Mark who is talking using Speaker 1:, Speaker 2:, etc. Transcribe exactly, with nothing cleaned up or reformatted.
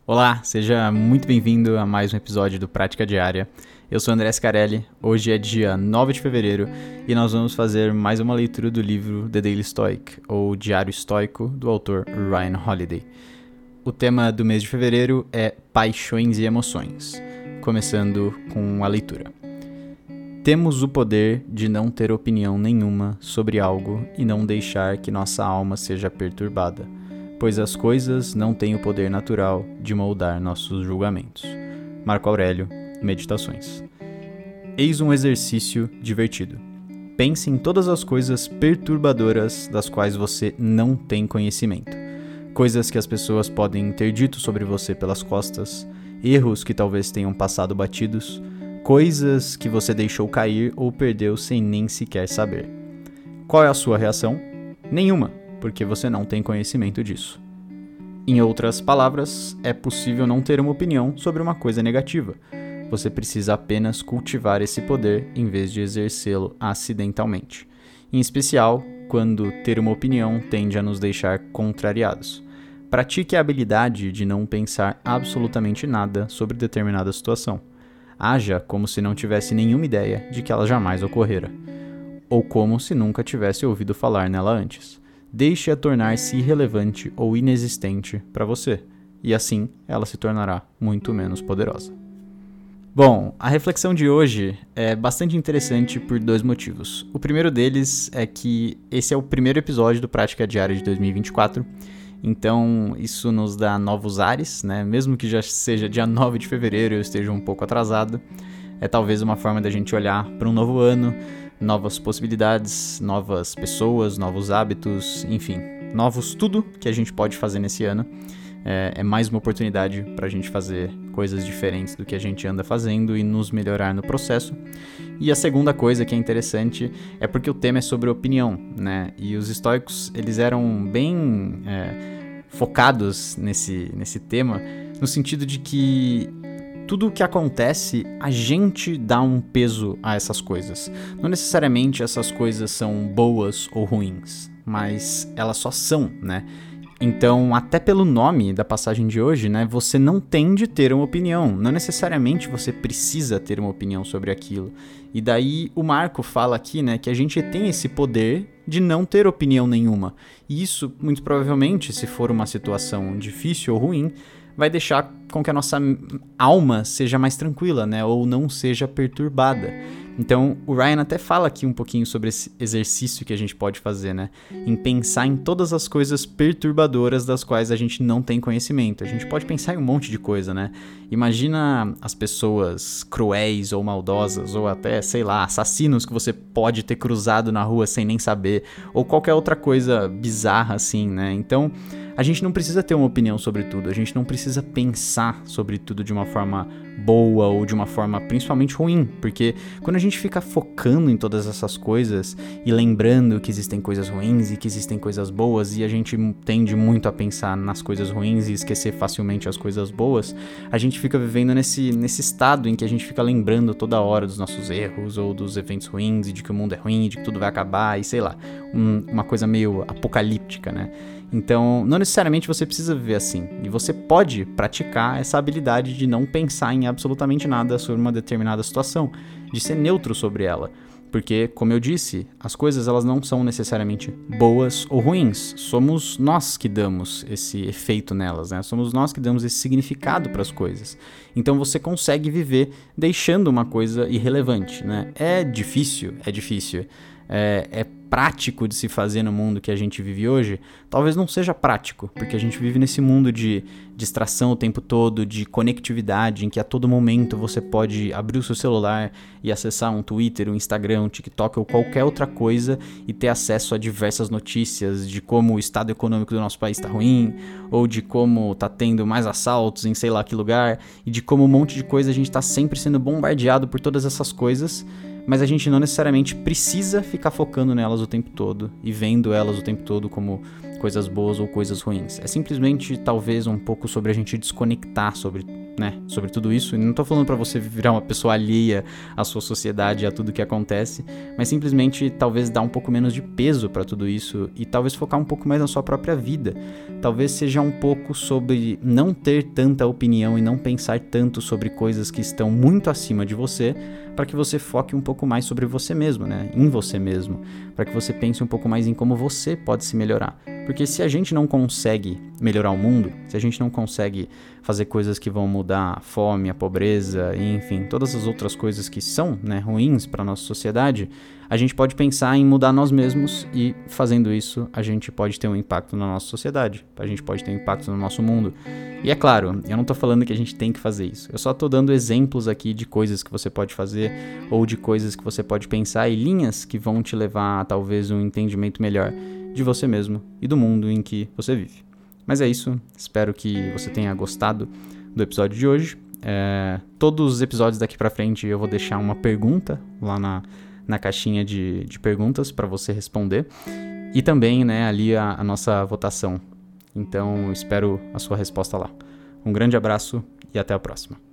Speaker 1: Olá, seja muito bem-vindo a mais um episódio do Prática Diária. Eu sou André Scarelli, hoje é dia nove de fevereiro e nós vamos fazer mais uma leitura do livro The Daily Stoic, ou Diário Estoico, do autor Ryan Holiday. O tema do mês de fevereiro é paixões e emoções, começando com a leitura. Temos o poder de não ter opinião nenhuma sobre algo e não deixar que nossa alma seja perturbada, pois as coisas não têm o poder natural de moldar nossos julgamentos. Marco Aurélio, Meditações. Eis um exercício divertido. Pense em todas as coisas perturbadoras das quais você não tem conhecimento. Coisas que as pessoas podem ter dito sobre você pelas costas, erros que talvez tenham passado batidos, coisas que você deixou cair ou perdeu sem nem sequer saber. Qual é a sua reação? Nenhuma, porque você não tem conhecimento disso. Em outras palavras, é possível não ter uma opinião sobre uma coisa negativa. Você precisa apenas cultivar esse poder em vez de exercê-lo acidentalmente. Em especial, quando ter uma opinião tende a nos deixar contrariados. Pratique a habilidade de não pensar absolutamente nada sobre determinada situação. Haja como se não tivesse nenhuma ideia de que ela jamais ocorrera, ou como se nunca tivesse ouvido falar nela antes. Deixe-a tornar-se irrelevante ou inexistente para você, e assim ela se tornará muito menos poderosa. Bom, a reflexão de hoje é bastante interessante por dois motivos. O primeiro deles é que esse é o primeiro episódio do Prática Diária de dois mil e vinte e quatro, então isso nos dá novos ares, né? Mesmo que já seja dia nove de fevereiro e eu esteja um pouco atrasado, é talvez uma forma da gente olhar para um novo ano, novas possibilidades, novas pessoas, novos hábitos, enfim, novos tudo que a gente pode fazer nesse ano. É, é mais uma oportunidade para a gente fazer coisas diferentes do que a gente anda fazendo e nos melhorar no processo. E a segunda coisa que é interessante é porque o tema é sobre opinião, né? E os estoicos, eles eram bem é, focados nesse, nesse tema, no sentido de que tudo o que acontece, a gente dá um peso a essas coisas. Não necessariamente essas coisas são boas ou ruins, mas elas só são, né? Então, até pelo nome da passagem de hoje, né, você não tem de ter uma opinião. Não necessariamente você precisa ter uma opinião sobre aquilo. E daí o Marco fala aqui, né, que a gente tem esse poder de não ter opinião nenhuma. E isso, muito provavelmente, se for uma situação difícil ou ruim, vai deixar com que a nossa alma seja mais tranquila, né? Ou não seja perturbada. Então, o Ryan até fala aqui um pouquinho sobre esse exercício que a gente pode fazer, né? Em pensar em todas as coisas perturbadoras das quais a gente não tem conhecimento. A gente pode pensar em um monte de coisa, né? Imagina as pessoas cruéis ou maldosas, ou até, sei lá, assassinos que você pode ter cruzado na rua sem nem saber, ou qualquer outra coisa bizarra assim, né? Então, a gente não precisa ter uma opinião sobre tudo, a gente não precisa pensar sobre tudo de uma forma boa ou de uma forma principalmente ruim, porque quando a gente fica focando em todas essas coisas e lembrando que existem coisas ruins e que existem coisas boas e a gente tende muito a pensar nas coisas ruins e esquecer facilmente as coisas boas, a gente fica vivendo nesse, nesse estado em que a gente fica lembrando toda hora dos nossos erros ou dos eventos ruins e de que o mundo é ruim, e de que tudo vai acabar e sei lá, um, uma coisa meio apocalíptica, né? Então, não necessariamente você precisa viver assim, e você pode praticar essa habilidade de não pensar em absolutamente nada sobre uma determinada situação, de ser neutro sobre ela, porque, como eu disse, as coisas elas não são necessariamente boas ou ruins, somos nós que damos esse efeito nelas, né? Somos nós que damos esse significado para as coisas, então você consegue viver deixando uma coisa irrelevante, né? É difícil, é difícil, é, é prático de se fazer no mundo que a gente vive hoje, talvez não seja prático, porque a gente vive nesse mundo de distração o tempo todo, de conectividade, em que a todo momento você pode abrir o seu celular e acessar um Twitter, um Instagram, um TikTok ou qualquer outra coisa e ter acesso a diversas notícias de como o estado econômico do nosso país está ruim, ou de como tá tendo mais assaltos em sei lá que lugar, e de como um monte de coisa a gente tá sempre sendo bombardeado por todas essas coisas, mas a gente não necessariamente precisa ficar focando nelas o tempo todo e vendo elas o tempo todo como coisas boas ou coisas ruins. É simplesmente, talvez, um pouco sobre a gente desconectar sobre né, sobre tudo isso. E não tô falando pra você virar uma pessoa alheia à sua sociedade, a tudo que acontece, mas simplesmente talvez dar um pouco menos de peso pra tudo isso e talvez focar um pouco mais na sua própria vida. Talvez seja um pouco sobre não ter tanta opinião e não pensar tanto sobre coisas que estão muito acima de você, para que você foque um pouco mais sobre você mesmo, né, em você mesmo, para que você pense um pouco mais em como você pode se melhorar. Porque se a gente não consegue melhorar o mundo, se a gente não consegue fazer coisas que vão mudar a fome, a pobreza, e, enfim, todas as outras coisas que são, né, ruins para a nossa sociedade, a gente pode pensar em mudar nós mesmos e, fazendo isso, a gente pode ter um impacto na nossa sociedade, a gente pode ter um impacto no nosso mundo. E é claro, eu não tô falando que a gente tem que fazer isso, eu só tô dando exemplos aqui de coisas que você pode fazer ou de coisas que você pode pensar e linhas que vão te levar a talvez um entendimento melhor de você mesmo e do mundo em que você vive. Mas é isso, espero que você tenha gostado do episódio de hoje. É, todos os episódios daqui pra frente eu vou deixar uma pergunta lá na, na caixinha de, de perguntas para você responder. E também, né, ali a, a nossa votação. Então espero a sua resposta lá. Um grande abraço e até a próxima.